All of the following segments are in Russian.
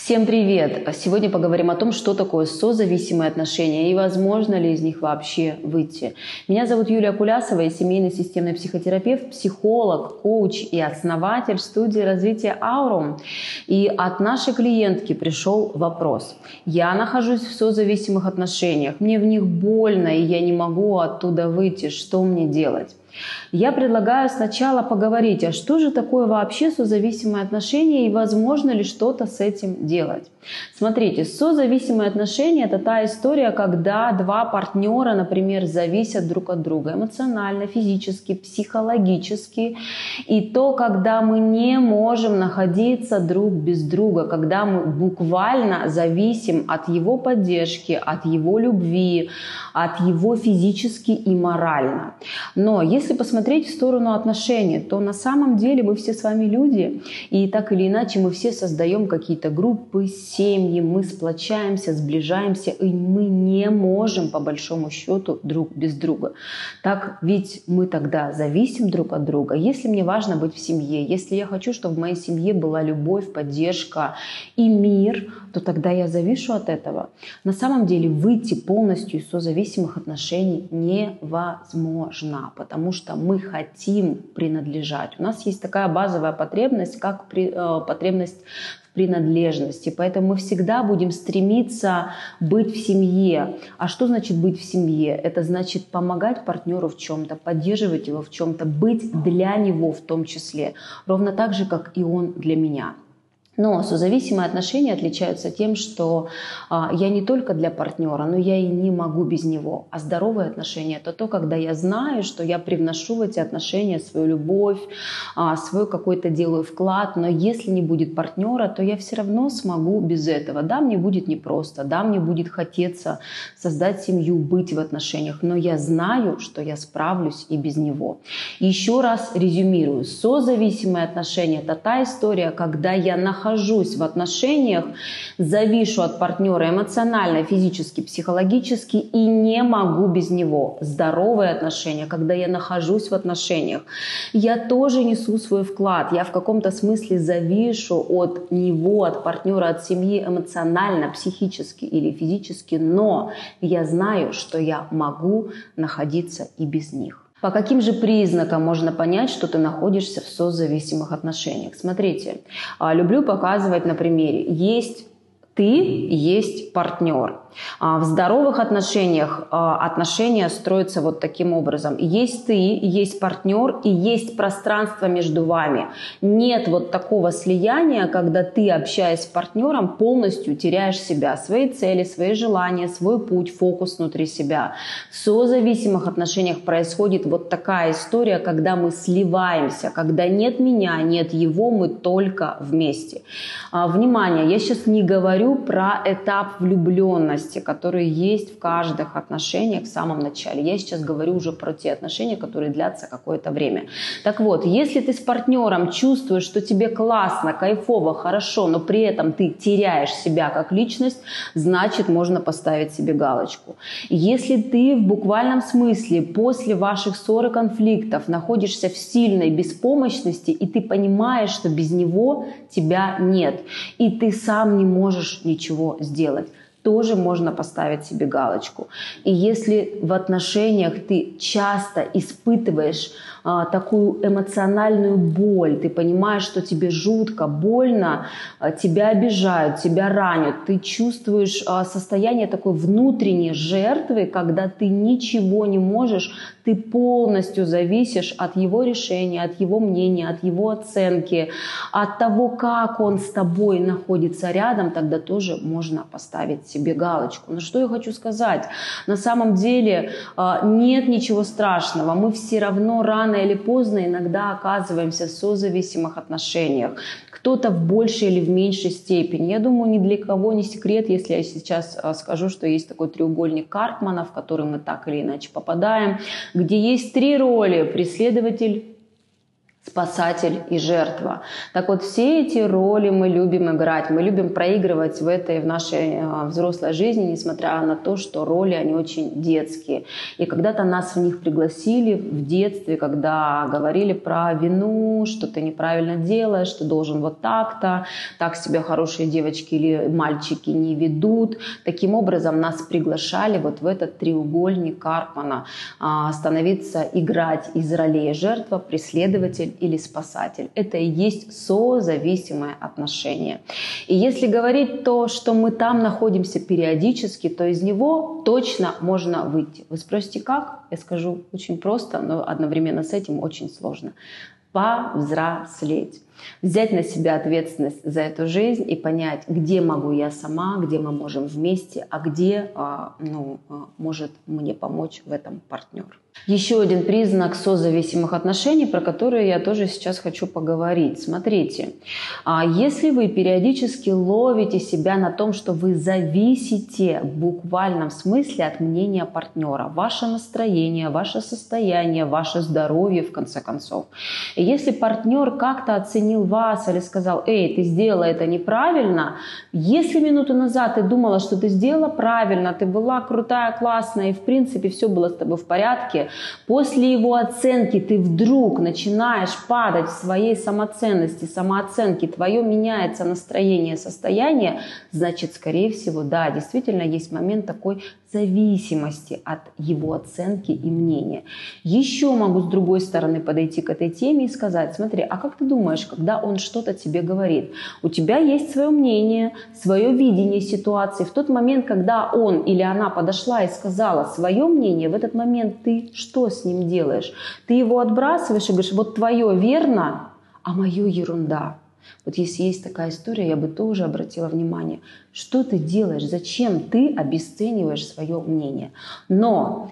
Всем привет! Сегодня поговорим о том, что такое созависимые отношения и возможно ли из них вообще выйти. Меня зовут Юлия Кулясова, я семейный системный психотерапевт, психолог, коуч и основатель студии развития Aurum. И от нашей клиентки пришел вопрос. Я нахожусь в созависимых отношениях, мне в них больно и я не могу оттуда выйти. Что мне делать? Я предлагаю сначала поговорить, а что же такое вообще созависимые отношения и возможно ли что-то с этим делать. Смотрите, созависимые отношения – это та история, когда два партнера, например, зависят друг от друга эмоционально, физически, психологически. И то, когда мы не можем находиться друг без друга, когда мы буквально зависим от его поддержки, от его любви, от его физически и морально. Но если посмотреть в сторону отношений, то на самом деле мы все с вами люди, и так или иначе мы все создаем какие-то группы, семьи, мы сплочаемся, сближаемся, и мы не можем по большому счету друг без друга. Так ведь мы тогда зависим друг от друга. Если мне важно быть в семье, если я хочу, чтобы в моей семье была любовь, поддержка и мир, то тогда я завишу от этого. На самом деле выйти полностью из созависимых отношений невозможно, потому что мы хотим принадлежать. У нас есть такая базовая потребность, как потребность в принадлежности. Поэтому мы всегда будем стремиться быть в семье. А что значит быть в семье? Это значит помогать партнеру в чем-то, поддерживать его в чем-то, быть для него в том числе. Ровно так же, как и он для меня. Но созависимые отношения отличаются тем, что я не только для партнера, но я и не могу без него. А здоровые отношения – это то, когда я знаю, что я привношу в эти отношения свою любовь, свой какой-то делаю вклад. Но если не будет партнера, то я все равно смогу без этого. Да, мне будет непросто, да, мне будет хотеться создать семью, быть в отношениях, но я знаю, что я справлюсь и без него. И еще раз резюмирую. Созависимые отношения – это та история, когда я нахожусь в отношениях, завишу от партнера эмоционально, физически, психологически и не могу без него. Здоровые отношения, когда я нахожусь в отношениях, я тоже несу свой вклад. Я в каком-то смысле завишу от него, от партнера, от семьи эмоционально, психически или физически, но я знаю, что я могу находиться и без них. По каким же признакам можно понять, что ты находишься в созависимых отношениях? Смотрите, люблю показывать на примере. Есть ты, есть партнер. В здоровых отношениях отношения строятся вот таким образом. Есть ты, есть партнер и есть пространство между вами. Нет вот такого слияния, когда ты, общаясь с партнером, полностью теряешь себя, свои цели, свои желания, свой путь, фокус внутри себя. В созависимых отношениях происходит вот такая история, когда мы сливаемся, когда нет меня, нет его, мы только вместе. Внимание, я сейчас не говорю про этап влюбленности, которые есть в каждых отношениях в самом начале. Я сейчас говорю уже про те отношения, которые длятся какое-то время. Так вот, если ты с партнером чувствуешь, что тебе классно, кайфово, хорошо, но при этом ты теряешь себя как личность, значит, можно поставить себе галочку. Если ты в буквальном смысле после ваших ссор и конфликтов находишься в сильной беспомощности, и ты понимаешь, что без него тебя нет, и ты сам не можешь ничего сделать, тоже можно поставить себе галочку. И если в отношениях ты часто испытываешь такую эмоциональную боль, ты понимаешь, что тебе жутко, больно, тебя обижают, тебя ранят, ты чувствуешь состояние такой внутренней жертвы, когда ты ничего не можешь, ты полностью зависишь от его решения, от его мнения, от его оценки, от того, как он с тобой находится рядом, тогда тоже можно поставить себе галочку. Но что я хочу сказать? На самом деле нет ничего страшного. Мы все равно рано или поздно иногда оказываемся в созависимых отношениях. Кто-то в большей или в меньшей степени. Я думаю, ни для кого не секрет, если я сейчас скажу, что есть такой треугольник Карпмана, в который мы так или иначе попадаем, где есть три роли: преследователь, спасатель и жертва. Так вот, все эти роли мы любим играть, мы любим проигрывать в нашей взрослой жизни, несмотря на то, что роли, они очень детские. И когда-то нас в них пригласили в детстве, когда говорили про вину, что ты неправильно делаешь, ты должен вот так-то, так себя хорошие девочки или мальчики не ведут. Таким образом, нас приглашали вот в этот треугольник Карпмана становиться, играть из ролей жертва, преследователь или спасатель. Это и есть созависимое отношение. И если говорить то, что мы там находимся периодически, то из него точно можно выйти. Вы спросите, как? Я скажу очень просто, но одновременно с этим очень сложно. Повзрослеть. Взять на себя ответственность за эту жизнь и понять, где могу я сама, где мы можем вместе, а где может мне помочь в этом партнер. Еще один признак созависимых отношений, про которые я тоже сейчас хочу поговорить. Смотрите, если вы периодически ловите себя на том, что вы зависите в буквальном смысле от мнения партнера, ваше настроение, ваше состояние, ваше здоровье, в конце концов. И если партнер как-то оценил вас или сказал: «Эй, ты сделала это неправильно», если минуту назад ты думала, что ты сделала правильно, ты была крутая, классная и в принципе все было с тобой в порядке, после его оценки ты вдруг начинаешь падать в своей самоценности, самооценке, твое меняется настроение, состояние, значит, скорее всего, да, действительно есть момент такой зависимости от его оценки и мнения. Еще могу с другой стороны подойти к этой теме и сказать: смотри, а как ты думаешь, когда он что-то тебе говорит, у тебя есть свое мнение, свое видение ситуации. В тот момент, когда он или она подошла и сказала свое мнение, в этот момент ты что с ним делаешь? Ты его отбрасываешь и говоришь: вот твое верно, а мое ерунда. Вот если есть такая история, я бы тоже обратила внимание, что ты делаешь, зачем ты обесцениваешь свое мнение. Но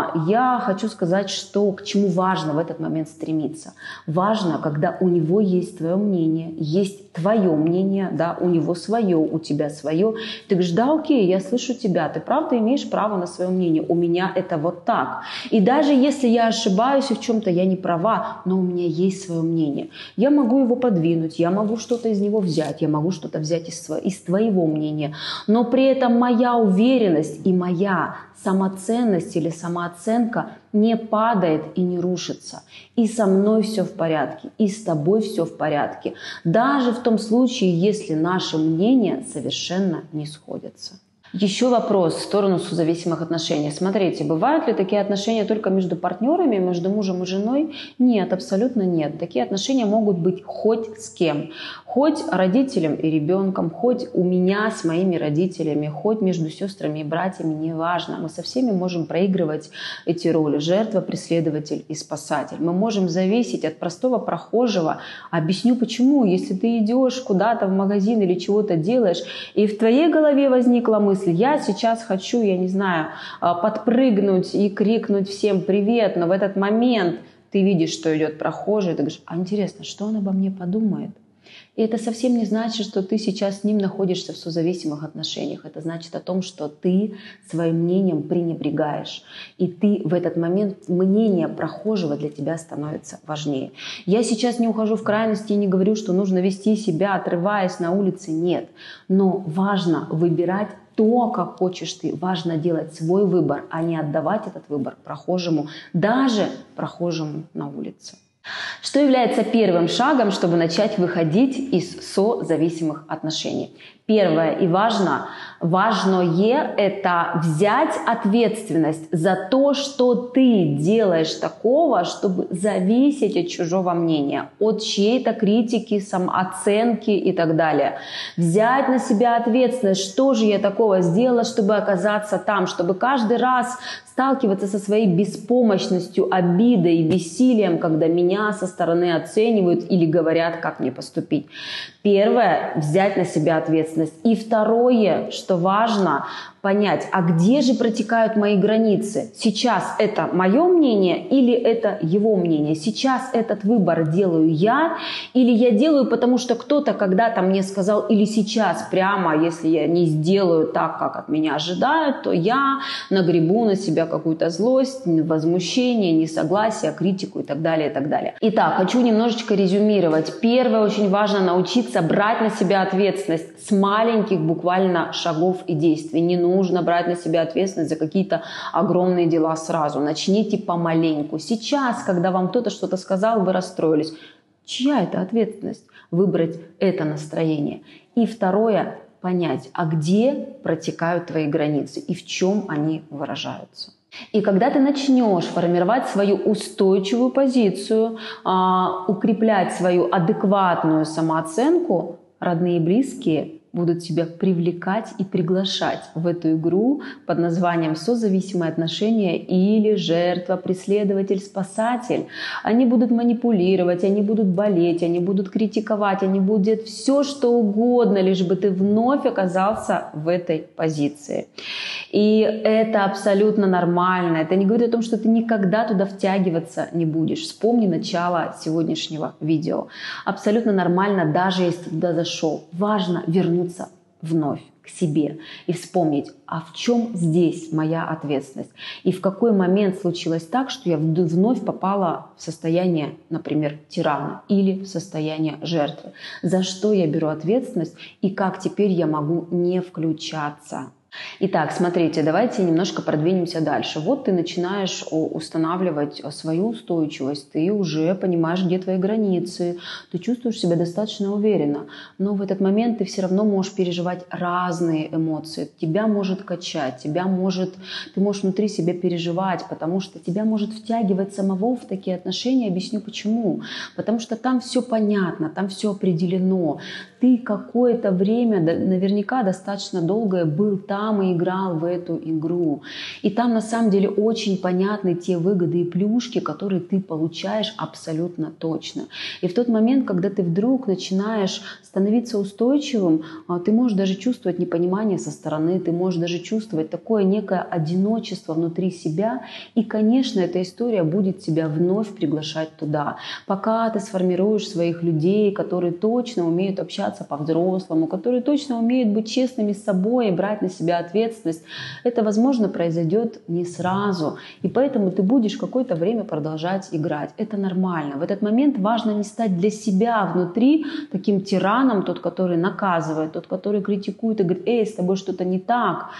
я хочу сказать, что к чему важно в этот момент стремиться. Важно, когда у него есть твое мнение, есть твое мнение, да, у него свое, у тебя свое. Ты говоришь: да, окей, я слышу тебя, ты правда имеешь право на свое мнение, у меня это вот так. И даже если я ошибаюсь и в чем-то я не права, но у меня есть свое мнение. Я могу его подвинуть, я могу что-то из него взять, я могу что-то взять из твоего мнения, но при этом моя уверенность и моя самоценность или самооценка не падает и не рушится. И со мной все в порядке, и с тобой все в порядке. Даже в том случае, если наши мнения совершенно не сходятся. Еще вопрос в сторону созависимых отношений. Смотрите, бывают ли такие отношения только между партнерами, между мужем и женой? Нет, абсолютно нет. Такие отношения могут быть хоть с кем. Хоть родителем и ребенком, хоть у меня с моими родителями, хоть между сестрами и братьями, неважно. Мы со всеми можем проигрывать эти роли. Жертва, преследователь и спасатель. Мы можем зависеть от простого прохожего. Объясню почему. Если ты идешь куда-то в магазин или чего-то делаешь, и в твоей голове возникла мысль: я сейчас хочу, я не знаю, подпрыгнуть и крикнуть всем привет, но в этот момент ты видишь, что идет прохожий, ты говоришь: а интересно, что он обо мне подумает? И это совсем не значит, что ты сейчас с ним находишься в созависимых отношениях. Это значит о том, что ты своим мнением пренебрегаешь. И ты в этот момент, мнение прохожего для тебя становится важнее. Я сейчас не ухожу в крайности и не говорю, что нужно вести себя, отрываясь на улице. Нет. Но важно выбирать то, как хочешь ты. Важно делать свой выбор, а не отдавать этот выбор прохожему, даже прохожему на улице. Что является первым шагом, чтобы начать выходить из созависимых отношений? Первое и важное – это взять ответственность за то, что ты делаешь такого, чтобы зависеть от чужого мнения, от чьей-то критики, самооценки и так далее. Взять на себя ответственность, что же я такого сделала, чтобы оказаться там, чтобы каждый раз сталкиваться со своей беспомощностью, обидой и бессилием, когда меня со стороны оценивают или говорят, как мне поступить. Первое – взять на себя ответственность. ответственность. И второе, что важно, понять, а где же протекают мои границы? Сейчас это мое мнение или это его мнение? Сейчас этот выбор делаю я или я делаю, потому что кто-то когда-то мне сказал, или сейчас прямо, если я не сделаю так, как от меня ожидают, то я нагребу на себя какую-то злость, возмущение, несогласие, критику и так далее, и так далее. Итак, хочу немножечко резюмировать. Первое, очень важно научиться брать на себя ответственность с маленьких буквально шагов и действий. Не нужно брать на себя ответственность за какие-то огромные дела сразу. Начните помаленьку. Сейчас, когда вам кто-то что-то сказал, вы расстроились. Чья это ответственность? Выбрать это настроение. И второе, понять, а где протекают твои границы и в чем они выражаются. И когда ты начнешь формировать свою устойчивую позицию, укреплять свою адекватную самооценку, родные и близкие будут тебя привлекать и приглашать в эту игру под названием «Созависимые отношения» или «Жертва, преследователь, спасатель». Они будут манипулировать, они будут болеть, они будут критиковать, они будут делать все, что угодно, лишь бы ты вновь оказался в этой позиции. И это абсолютно нормально. Это не говорит о том, что ты никогда туда втягиваться не будешь. Вспомни начало сегодняшнего видео. Абсолютно нормально, даже если ты туда зашел. Важно вернуться вновь к себе и вспомнить, а в чем здесь моя ответственность? И в какой момент случилось так, что я вновь попала в состояние, например, тирана или в состояние жертвы? За что я беру ответственность и как теперь я могу не включаться? Итак, смотрите, давайте немножко продвинемся дальше. Вот ты начинаешь устанавливать свою устойчивость, ты уже понимаешь, где твои границы, ты чувствуешь себя достаточно уверенно, но в этот момент ты все равно можешь переживать разные эмоции. Тебя может качать, ты можешь внутри себя переживать, потому что тебя может втягивать самого в такие отношения. Объясню почему. Потому что там все понятно, там все определено. Ты какое-то время, наверняка достаточно долгое, был там и играл в эту игру. И там на самом деле очень понятны те выгоды и плюшки, которые ты получаешь абсолютно точно. И в тот момент, когда ты вдруг начинаешь становиться устойчивым, ты можешь даже чувствовать непонимание со стороны, ты можешь даже чувствовать такое некое одиночество внутри себя. И, конечно, эта история будет тебя вновь приглашать туда. Пока ты сформируешь своих людей, которые точно умеют общаться по-взрослому, которые точно умеют быть честными с собой и брать на себя ответственность, это, возможно, произойдет не сразу. И поэтому ты будешь какое-то время продолжать играть. Это нормально. В этот момент важно не стать для себя внутри таким тираном, тот, который наказывает, тот, который критикует и говорит: «Эй, с тобой что-то не так».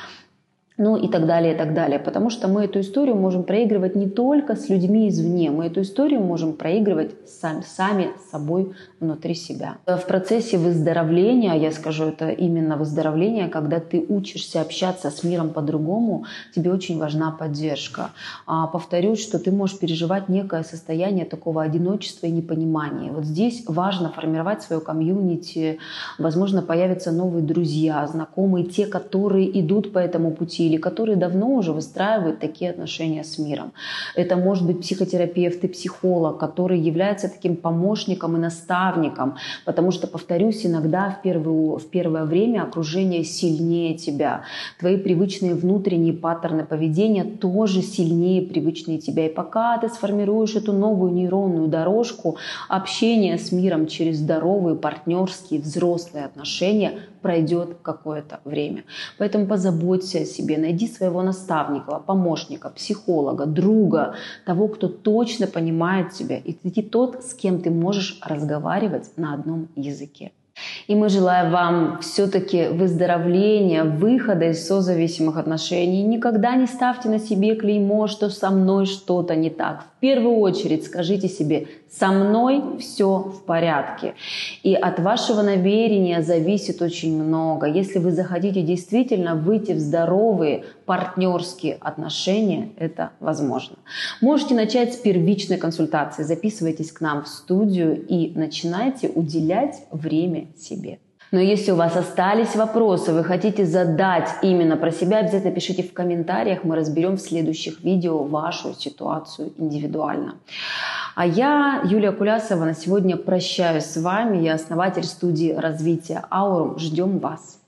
Ну и так далее, и так далее. Потому что мы эту историю можем проигрывать не только с людьми извне, мы эту историю можем проигрывать сами собой внутри себя. В процессе выздоровления, я скажу, это именно выздоровление, когда ты учишься общаться с миром по-другому, тебе очень важна поддержка. Повторюсь, что ты можешь переживать некое состояние такого одиночества и непонимания. Вот здесь важно формировать свое комьюнити, возможно, появятся новые друзья, знакомые, те, которые идут по этому пути, или которые давно уже выстраивают такие отношения с миром. Это может быть психотерапевт и психолог, который является таким помощником и наставником, потому что, повторюсь, иногда в первое время окружение сильнее тебя. Твои привычные внутренние паттерны поведения тоже сильнее привычные тебя. И пока ты сформируешь эту новую нейронную дорожку, общение с миром через здоровые, партнерские, взрослые отношения пройдет какое-то время. Поэтому позаботься о себе, найди своего наставника, помощника, психолога, друга, того, кто точно понимает тебя, и ты тот, с кем ты можешь разговаривать на одном языке. И мы желаем вам все-таки выздоровления, выхода из созависимых отношений. Никогда не ставьте на себе клеймо, что со мной что-то не так. В первую очередь скажите себе: со мной все в порядке. И от вашего намерения зависит очень много. Если вы захотите действительно выйти в здоровые партнерские отношения, это возможно. Можете начать с первичной консультации. Записывайтесь к нам в студию и начинайте уделять время себе. Но если у вас остались вопросы, вы хотите задать именно про себя, обязательно пишите в комментариях, мы разберем в следующих видео вашу ситуацию индивидуально. А я, Юлия Кулясова, на сегодня прощаюсь с вами. Я основатель студии развития Аурум. Ждем вас.